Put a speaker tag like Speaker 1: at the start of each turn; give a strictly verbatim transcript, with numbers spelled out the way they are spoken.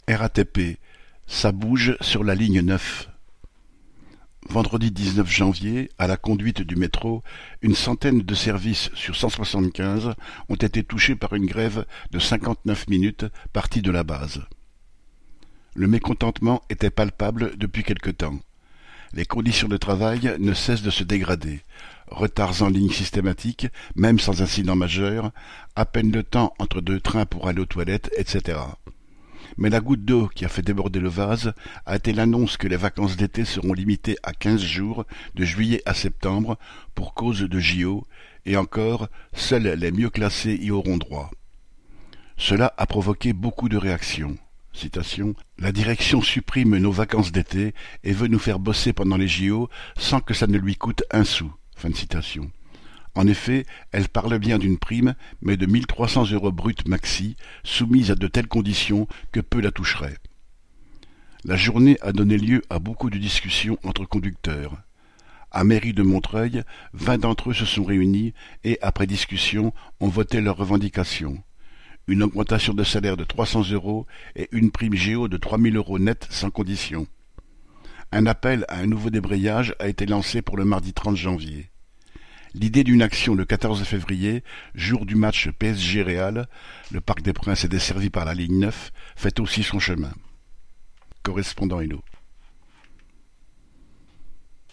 Speaker 1: R A T P, ça bouge sur la ligne neuf. Vendredi dix-neuf janvier, à la conduite du métro, une centaine de services sur cent soixante-quinze ont été touchés par une grève de cinquante-neuf minutes partie de la base. Le mécontentement était palpable depuis quelque temps. Les conditions de travail ne cessent de se dégrader. Retards en ligne systématiques, même sans incident majeur, à peine de temps entre deux trains pour aller aux toilettes, et cetera. Mais la goutte d'eau qui a fait déborder le vase a été l'annonce que les vacances d'été seront limitées à quinze jours, de juillet à septembre, pour cause de J O, et encore, seuls les mieux classés y auront droit. Cela a provoqué beaucoup de réactions. Citation, « La direction supprime nos vacances d'été et veut nous faire bosser pendant les J O sans que ça ne lui coûte un sou. » Fin de citation. En effet, elle parle bien d'une prime, mais de mille trois cents euros bruts maxi, soumise à de telles conditions que peu la toucheraient. La journée a donné lieu à beaucoup de discussions entre conducteurs. À Mairie de Montreuil, vingt d'entre eux se sont réunis et, après discussion, ont voté leurs revendications. Une augmentation de salaire de trois cents euros et une prime G O de trois mille euros net sans condition. Un appel à un nouveau débrayage a été lancé pour le mardi trente janvier. L'idée d'une action le quatorze février, jour du match P S G-Real, le Parc des Princes est desservi par la ligne neuf, fait aussi son chemin. Correspondant Hello.